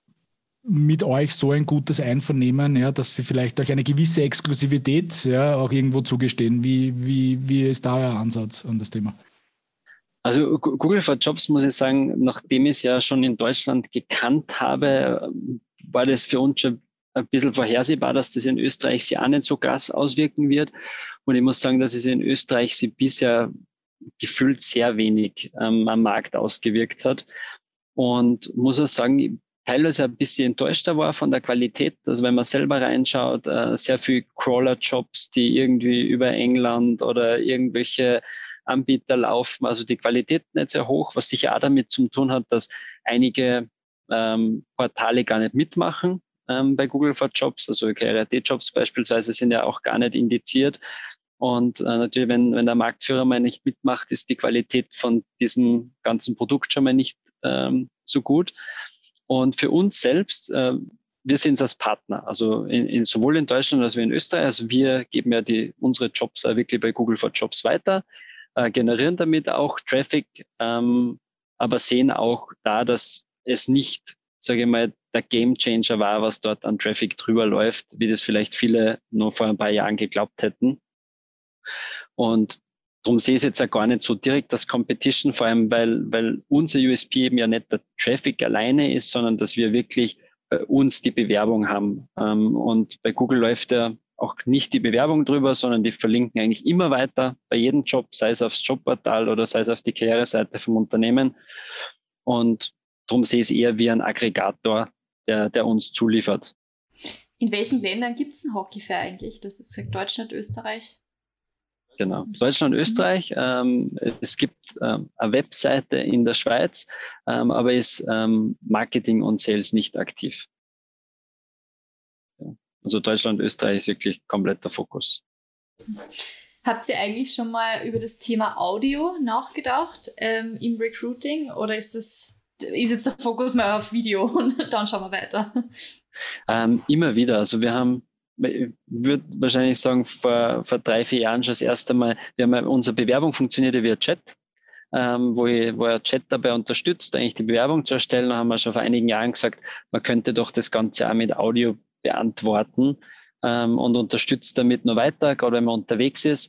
S2: mit euch so ein gutes Einvernehmen, ja, dass sie vielleicht euch eine gewisse Exklusivität ja, auch irgendwo zugestehen? Wie, wie, wie ist da euer Ansatz an das Thema?
S1: Also Google for Jobs, muss ich sagen, nachdem ich es ja schon in Deutschland gekannt habe, war das für uns schon ein bisschen vorhersehbar, dass das in Österreich sich auch nicht so krass auswirken wird. Und ich muss sagen, dass es in Österreich sich bisher gefühlt sehr wenig ähm, am Markt ausgewirkt hat. Und muss auch sagen, teilweise ein bisschen enttäuschter war von der Qualität. Also wenn man selber reinschaut, äh, sehr viel Crawler-Jobs, die irgendwie über England oder irgendwelche Anbieter laufen, also die Qualität nicht sehr hoch, was sicher auch damit zu tun hat, dass einige ähm, Portale gar nicht mitmachen ähm, bei Google for Jobs, also K R A T-Jobs beispielsweise sind ja auch gar nicht indiziert. Und äh, natürlich, wenn, wenn der Marktführer mal nicht mitmacht, ist die Qualität von diesem ganzen Produkt schon mal nicht ähm, so gut. Und für uns selbst, äh, wir sehen es als Partner, also in, in, sowohl in Deutschland als auch in Österreich. Also wir geben ja die, unsere Jobs äh, wirklich bei Google for Jobs weiter, äh, generieren damit auch Traffic, ähm, aber sehen auch da, dass es nicht, sage ich mal, der Gamechanger war, was dort an Traffic drüber läuft, wie das vielleicht viele nur vor ein paar Jahren geglaubt hätten. Und darum sehe ich es jetzt auch gar nicht so direkt als Competition, vor allem weil, weil unser U S P eben ja nicht der Traffic alleine ist, sondern dass wir wirklich bei uns die Bewerbung haben. Und bei Google läuft ja auch nicht die Bewerbung drüber, sondern die verlinken eigentlich immer weiter bei jedem Job, sei es aufs Jobportal oder sei es auf die Karriereseite vom Unternehmen. Und darum sehe ich es eher wie ein Aggregator, der, der uns zuliefert.
S3: In welchen Ländern gibt es einen Hockeyfair eigentlich? Das ist Deutschland, Österreich?
S1: Genau, Deutschland, Österreich. Ähm, es gibt ähm, eine Webseite in der Schweiz, ähm, aber ist ähm, Marketing und Sales nicht aktiv. Ja. Also Deutschland, Österreich ist wirklich kompletter Fokus.
S3: Habt ihr eigentlich schon mal über das Thema Audio nachgedacht ähm, im Recruiting oder ist das ist jetzt der Fokus mal auf Video und dann schauen wir weiter?
S1: Ähm, immer wieder. Also wir haben ich würde wahrscheinlich sagen, vor, vor drei, vier Jahren schon das erste Mal, wir haben ja, unsere Bewerbung funktionierte via Chat, ähm, wo, ich, wo er Chat dabei unterstützt, eigentlich die Bewerbung zu erstellen. Da haben wir schon vor einigen Jahren gesagt, man könnte doch das Ganze auch mit Audio beantworten ähm, und unterstützt damit noch weiter, gerade wenn man unterwegs ist.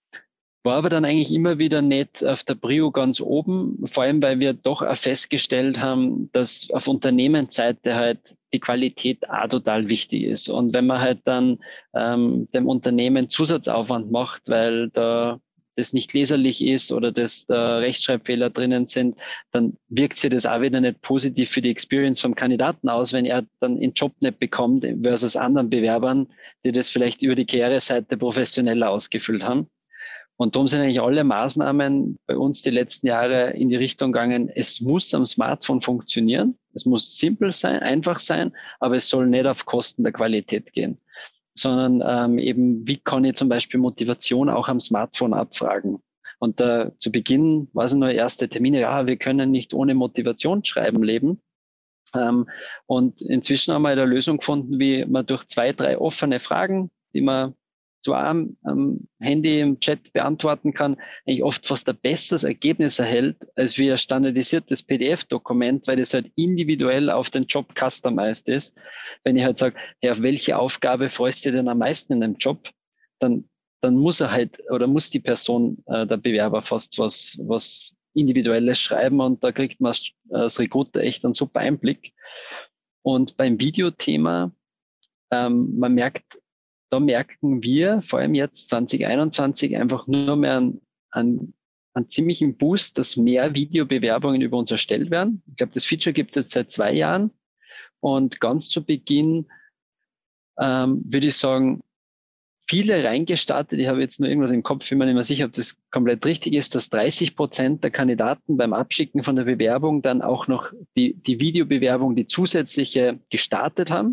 S1: War aber dann eigentlich immer wieder nicht auf der Prio ganz oben, vor allem weil wir doch auch festgestellt haben, dass auf Unternehmensseite halt die Qualität auch total wichtig ist. Und wenn man halt dann ähm, dem Unternehmen Zusatzaufwand macht, weil da das nicht leserlich ist oder dass da Rechtschreibfehler drinnen sind, dann wirkt sich das auch wieder nicht positiv für die Experience vom Kandidaten aus, wenn er dann den Job nicht bekommt versus anderen Bewerbern, die das vielleicht über die Karriereseite professioneller ausgefüllt haben. Und darum sind eigentlich alle Maßnahmen bei uns die letzten Jahre in die Richtung gegangen, es muss am Smartphone funktionieren, es muss simpel sein, einfach sein, aber es soll nicht auf Kosten der Qualität gehen, sondern ähm, eben, wie kann ich zum Beispiel Motivation auch am Smartphone abfragen? Und da zu Beginn war es nur erste Termine, ja, wir können nicht ohne Motivationsschreiben leben. Ähm, und inzwischen haben wir eine Lösung gefunden, wie man durch zwei, drei offene Fragen, die man zwar am, am Handy im Chat beantworten kann, eigentlich oft fast ein besseres Ergebnis erhält, als wie ein standardisiertes P D F-Dokument, weil das halt individuell auf den Job customized ist. Wenn ich halt sage, ja, auf welche Aufgabe freust du dich denn am meisten in dem Job, dann, dann muss er halt, oder muss die Person, äh, der Bewerber fast was, was Individuelles schreiben und da kriegt man als, als Recruiter echt einen super Einblick. Und beim Videothema, ähm, man merkt, da merken wir, vor allem jetzt zwanzig einundzwanzig, einfach nur mehr einen, einen, einen ziemlichen Boost, dass mehr Videobewerbungen über uns erstellt werden. Ich glaube, das Feature gibt es jetzt seit zwei Jahren. Und ganz zu Beginn ähm, würde ich sagen, viele reingestartet. Ich habe jetzt nur irgendwas im Kopf, bin mir nicht mehr sicher, ob das komplett richtig ist, dass dreißig Prozent der Kandidaten beim Abschicken von der Bewerbung dann auch noch die, die Videobewerbung, die zusätzliche, gestartet haben.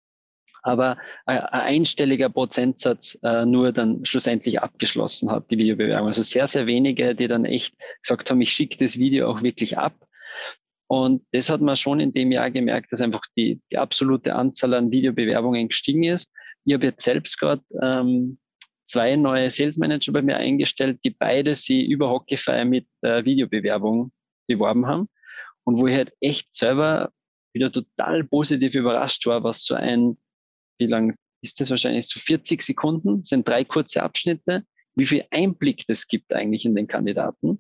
S1: Aber ein einstelliger Prozentsatz äh, nur dann schlussendlich abgeschlossen hat, die Videobewerbung. Also sehr, sehr wenige, die dann echt gesagt haben, ich schicke das Video auch wirklich ab. Und das hat man schon in dem Jahr gemerkt, dass einfach die, die absolute Anzahl an Videobewerbungen gestiegen ist. Ich habe jetzt selbst gerade ähm, zwei neue Sales Manager bei mir eingestellt, die beide sie über Hockeyfair mit äh, Videobewerbung beworben haben. Und wo ich halt echt selber wieder total positiv überrascht war, was so ein Wie lang ist das wahrscheinlich? So vierzig Sekunden, sind drei kurze Abschnitte, wie viel Einblick das gibt eigentlich in den Kandidaten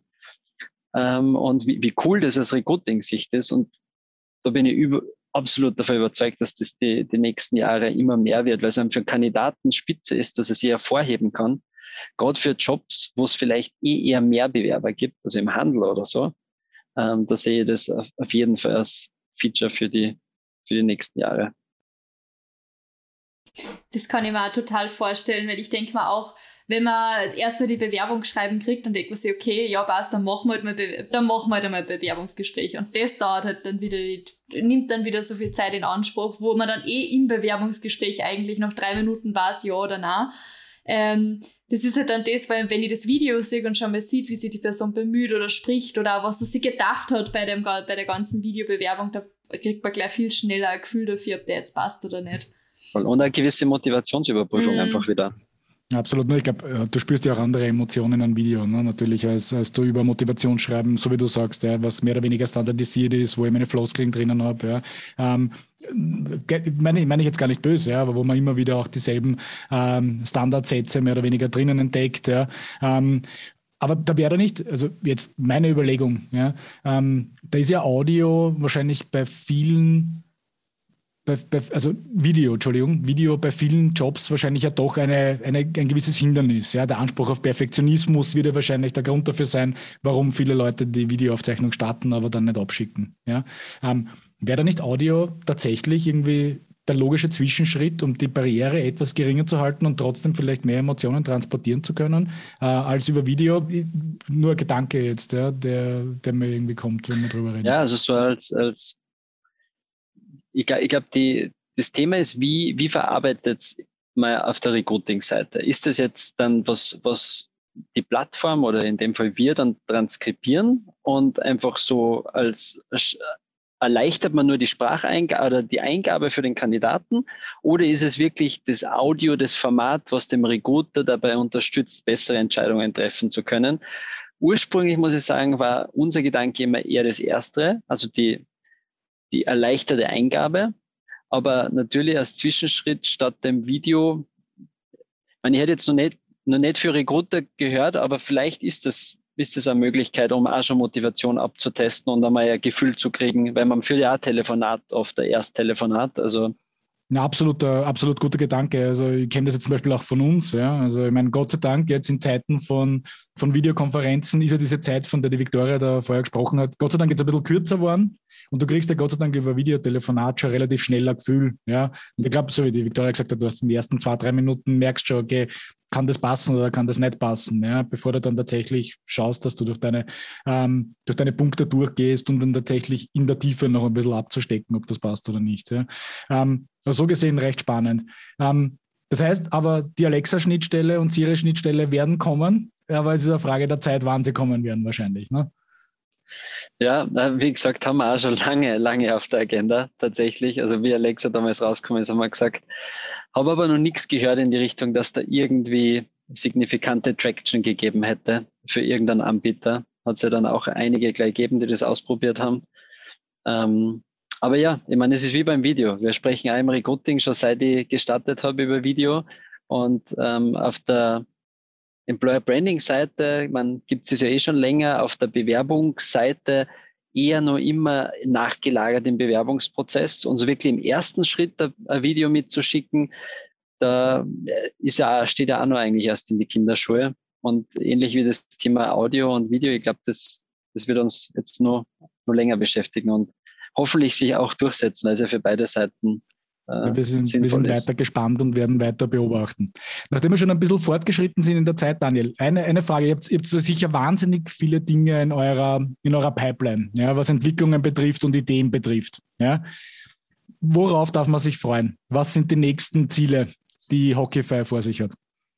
S1: ähm, und wie, wie cool das als Recruiting-Sicht ist. Und da bin ich über, absolut davon überzeugt, dass das die, die nächsten Jahre immer mehr wird, weil es einem für Kandidaten spitze ist, dass er sich hervorheben kann. Gerade für Jobs, wo es vielleicht eh eher mehr Bewerber gibt, also im Handel oder so, ähm, da sehe ich das auf, auf jeden Fall als Feature für die, für die nächsten Jahre.
S3: Das kann ich mir auch total vorstellen, weil ich denke mal auch, wenn man erstmal die Bewerbung schreiben kriegt, dann denkt man sich, okay, ja passt, dann machen wir halt mal, Be- dann machen wir halt einmal ein Bewerbungsgespräch. Und das dauert halt dann wieder, nimmt dann wieder so viel Zeit in Anspruch, wo man dann eh im Bewerbungsgespräch eigentlich noch drei Minuten weiß, ja oder nein. Ähm, das ist halt dann das, weil wenn ich das Video sehe und schon mal sieht, wie sich die Person bemüht oder spricht oder auch was sie sich gedacht hat bei, dem, bei der ganzen Videobewerbung, da kriegt man gleich viel schneller ein Gefühl dafür, ob der jetzt passt oder nicht.
S1: Und eine gewisse Motivationsüberprüfung mm. einfach wieder.
S2: Absolut. Ich glaube, du spürst ja auch andere Emotionen an Video, ne? Natürlich, als, als du über Motivation schreiben, so wie du sagst, ja, was mehr oder weniger standardisiert ist, wo ich meine Floskeln drinnen habe. Ja. Ähm, meine, meine ich jetzt gar nicht böse, ja, aber wo man immer wieder auch dieselben ähm, Standardsätze mehr oder weniger drinnen entdeckt. Ja. Ähm, aber da wäre da nicht, also jetzt meine Überlegung, ja, ähm, da ist ja Audio wahrscheinlich bei vielen Bei, bei, also Video, Entschuldigung, Video bei vielen Jobs wahrscheinlich ja doch eine, eine, ein gewisses Hindernis. Ja? Der Anspruch auf Perfektionismus wird ja wahrscheinlich der Grund dafür sein, warum viele Leute die Videoaufzeichnung starten, aber dann nicht abschicken. Ja? Ähm, wäre da nicht Audio tatsächlich irgendwie der logische Zwischenschritt, um die Barriere etwas geringer zu halten und trotzdem vielleicht mehr Emotionen transportieren zu können, äh, als über Video? Nur ein Gedanke jetzt, ja, der, der mir irgendwie kommt, wenn wir drüber reden.
S1: Ja, also so als, als Ich glaube, ich glaub, das Thema ist, wie, wie verarbeitet man auf der Recruiting-Seite? Ist das jetzt dann was, was die Plattform oder in dem Fall wir dann transkribieren und einfach so als erleichtert man nur die Spracheingabe oder die Eingabe für den Kandidaten, oder ist es wirklich das Audio, das Format, was dem Recruiter dabei unterstützt, bessere Entscheidungen treffen zu können? Ursprünglich, muss ich sagen, war unser Gedanke immer eher das Erstere, also die die erleichterte Eingabe, aber natürlich als Zwischenschritt statt dem Video, ich meine, ich hätte jetzt noch nicht, noch nicht für Recruiter gehört, aber vielleicht ist das, ist das eine Möglichkeit, um auch schon Motivation abzutesten und einmal ein Gefühl zu kriegen, weil man führt ja auch Telefonat, oft der Ersttelefonat, also
S2: Ja, absolut, absolut guter Gedanke. Also ich kenne das jetzt zum Beispiel auch von uns. Ja. Also ich meine, Gott sei Dank, jetzt in Zeiten von, von Videokonferenzen ist ja diese Zeit, von der die Viktoria da vorher gesprochen hat, Gott sei Dank jetzt ein bisschen kürzer geworden. Und du kriegst ja Gott sei Dank über Videotelefonat schon relativ schnell ein Gefühl. Ja. Und ich glaube, so wie die Viktoria gesagt hat, du hast in den ersten zwei, drei Minuten merkst schon, okay, kann das passen oder kann das nicht passen, ja, bevor du dann tatsächlich schaust, dass du durch deine, ähm, durch deine Punkte durchgehst, um dann tatsächlich in der Tiefe noch ein bisschen abzustecken, ob das passt oder nicht. Ja. Ähm, also so gesehen recht spannend. Ähm, das heißt aber, die Alexa-Schnittstelle und Siri-Schnittstelle werden kommen, aber es ist eine Frage der Zeit, wann sie kommen werden wahrscheinlich, ne?
S1: Ja, wie gesagt, haben wir auch schon lange, lange auf der Agenda tatsächlich. Also wie Alexa damals rausgekommen ist, haben wir gesagt, habe aber noch nichts gehört in die Richtung, dass da irgendwie signifikante Traction gegeben hätte für irgendeinen Anbieter. Hat es ja dann auch einige gleich gegeben, die das ausprobiert haben. Ähm, aber ja, ich meine, es ist wie beim Video. Wir sprechen auch im Recruiting schon seit ich gestartet habe über Video. Und ähm, auf der Employer Branding Seite, man gibt es ja eh schon länger, auf der Bewerbungsseite eher noch immer nachgelagert im Bewerbungsprozess. Und so wirklich im ersten Schritt ein Video mitzuschicken, da ist ja, steht ja auch noch eigentlich erst in die Kinderschuhe. Und ähnlich wie das Thema Audio und Video, ich glaube, das, das wird uns jetzt noch, noch länger beschäftigen und hoffentlich sich auch durchsetzen, weil es ja für beide Seiten
S2: äh, wir sind, wir sind weiter gespannt und werden weiter beobachten. Nachdem wir schon ein bisschen fortgeschritten sind in der Zeit, Daniel, eine, eine Frage. Ihr habt, ihr habt sicher wahnsinnig viele Dinge in eurer, in eurer Pipeline, ja, was Entwicklungen betrifft und Ideen betrifft. Ja. Worauf darf man sich freuen? Was sind die nächsten Ziele, die Hockeyfy vor sich hat?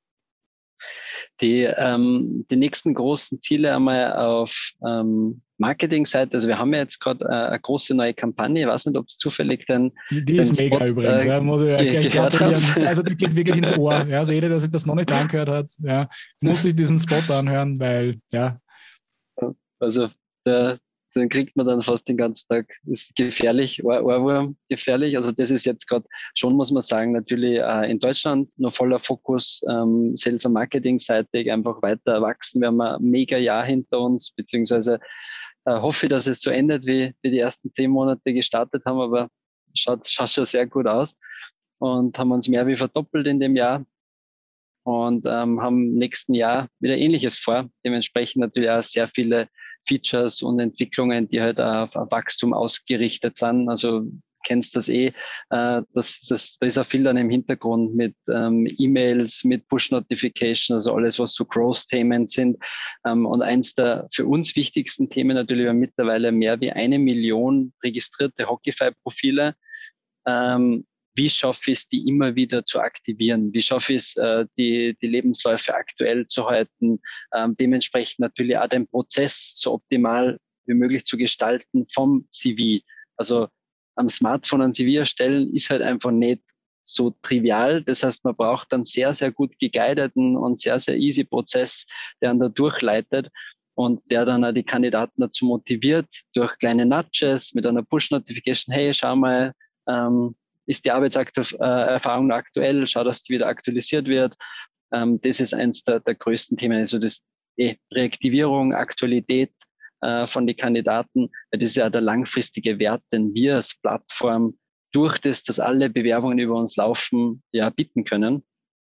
S1: Die, ähm, die nächsten großen Ziele einmal auf ähm, Marketing-Seite. Also wir haben ja jetzt gerade äh, eine große neue Kampagne. Ich weiß nicht, ob es zufällig den
S2: Die, die
S1: den
S2: ist mega
S1: Spot,
S2: übrigens.
S1: Äh,
S2: ja, muss ich
S1: ge
S2: gleich gratulieren. Also die geht wirklich ins Ohr. Ja, also jeder, der sich das noch nicht angehört hat, ja, muss sich diesen Spot anhören, weil, ja.
S1: Also der, den kriegt man dann fast den ganzen Tag. Ist gefährlich, Ohr, Ohrwurm gefährlich. Also das ist jetzt gerade schon, muss man sagen, natürlich äh, in Deutschland noch voller Fokus, ähm, Sales- und Marketing-seitig einfach weiter erwachsen. Wir haben ein mega Jahr hinter uns, beziehungsweise äh, hoffe ich, dass es so endet, wie wir die ersten zehn Monate gestartet haben, aber schaut, schaut schon sehr gut aus und haben uns mehr wie verdoppelt in dem Jahr und ähm, haben im nächsten Jahr wieder Ähnliches vor. Dementsprechend natürlich auch sehr viele Features und Entwicklungen, die halt auf, auf Wachstum ausgerichtet sind. Also kennst das eh, äh, das, das, da ist auch viel dann im Hintergrund mit ähm, E-Mails, mit Push-Notifications, also alles, was so Growth-Themen sind. Ähm, und eins der für uns wichtigsten Themen natürlich, wir haben mittlerweile mehr wie eine Million registrierte Hockeyfy-Profile. Ähm, wie schaffe ich es, die immer wieder zu aktivieren? Wie schaffe ich es, äh, die, die Lebensläufe aktuell zu halten? Ähm, dementsprechend natürlich auch den Prozess so optimal wie möglich zu gestalten vom C V. Also am Smartphone ein C V erstellen ist halt einfach nicht so trivial. Das heißt, man braucht dann sehr, sehr gut geguideten und sehr, sehr easy Prozess, der dann da durchleitet und der dann auch die Kandidaten dazu motiviert, durch kleine Nudges mit einer Push-Notification, hey, schau mal, ähm, ist die Arbeitserfahrung aktuell, schau, dass die wieder aktualisiert wird. Ähm, das ist eins der, der größten Themen, also das eh, Reaktivierung, Aktualität äh, von den Kandidaten. Das ist ja der langfristige Wert, den wir als Plattform durch das, dass alle Bewerbungen über uns laufen, ja, bieten können.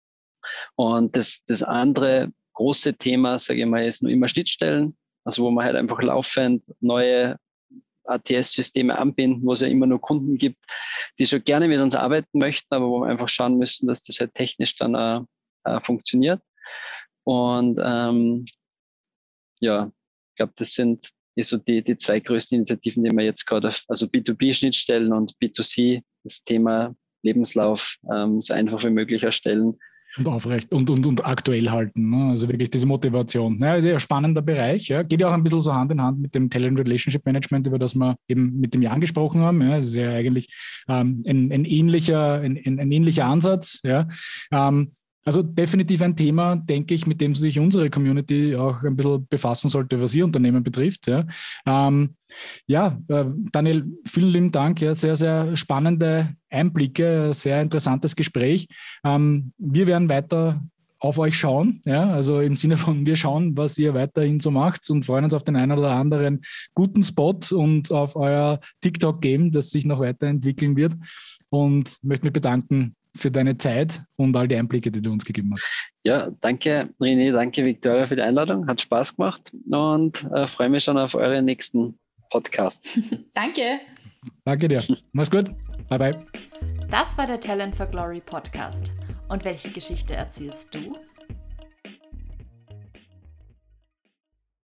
S1: Und das, das andere große Thema, sage ich mal, ist nur immer Schnittstellen, also wo man halt einfach laufend neue A T S-Systeme anbinden, wo es ja immer nur Kunden gibt, die schon gerne mit uns arbeiten möchten, aber wo wir einfach schauen müssen, dass das halt technisch dann auch, auch funktioniert. Und ähm, ja, ich glaube, das sind so die, die zwei größten Initiativen, die wir jetzt gerade, also B zwei B-Schnittstellen und B zwei C, das Thema Lebenslauf ähm, so einfach wie möglich erstellen.
S2: Und aufrecht und, und, und aktuell halten. Ne? Also wirklich diese Motivation. Ja, ist ja ein spannender Bereich. Ja? Geht ja auch ein bisschen so Hand in Hand mit dem Talent Relationship Management, über das wir eben mit dem Jan gesprochen haben. Ja? Das ist ja eigentlich ähm, ein, ein, ähnlicher, ein, ein ähnlicher Ansatz. Ja? Ähm, also definitiv ein Thema, denke ich, mit dem sich unsere Community auch ein bisschen befassen sollte, was ihr Unternehmen betrifft. Ja, ähm, ja äh, Daniel, vielen lieben Dank. Ja, sehr, sehr spannende Einblicke, sehr interessantes Gespräch. Ähm, wir werden weiter auf euch schauen, ja, also im Sinne von wir schauen, was ihr weiterhin so macht und freuen uns auf den einen oder anderen guten Spot und auf euer TikTok-Game, das sich noch weiterentwickeln wird, und möchte mich bedanken für deine Zeit und all die Einblicke, die du uns gegeben hast.
S1: Ja, danke René, danke Victoria für die Einladung, hat Spaß gemacht und äh, freue mich schon auf eure nächsten Podcasts.
S3: Danke.
S2: Danke dir. Mach's gut. Bye bye.
S3: Das war der Talent for Glory Podcast. Und welche Geschichte erzählst du?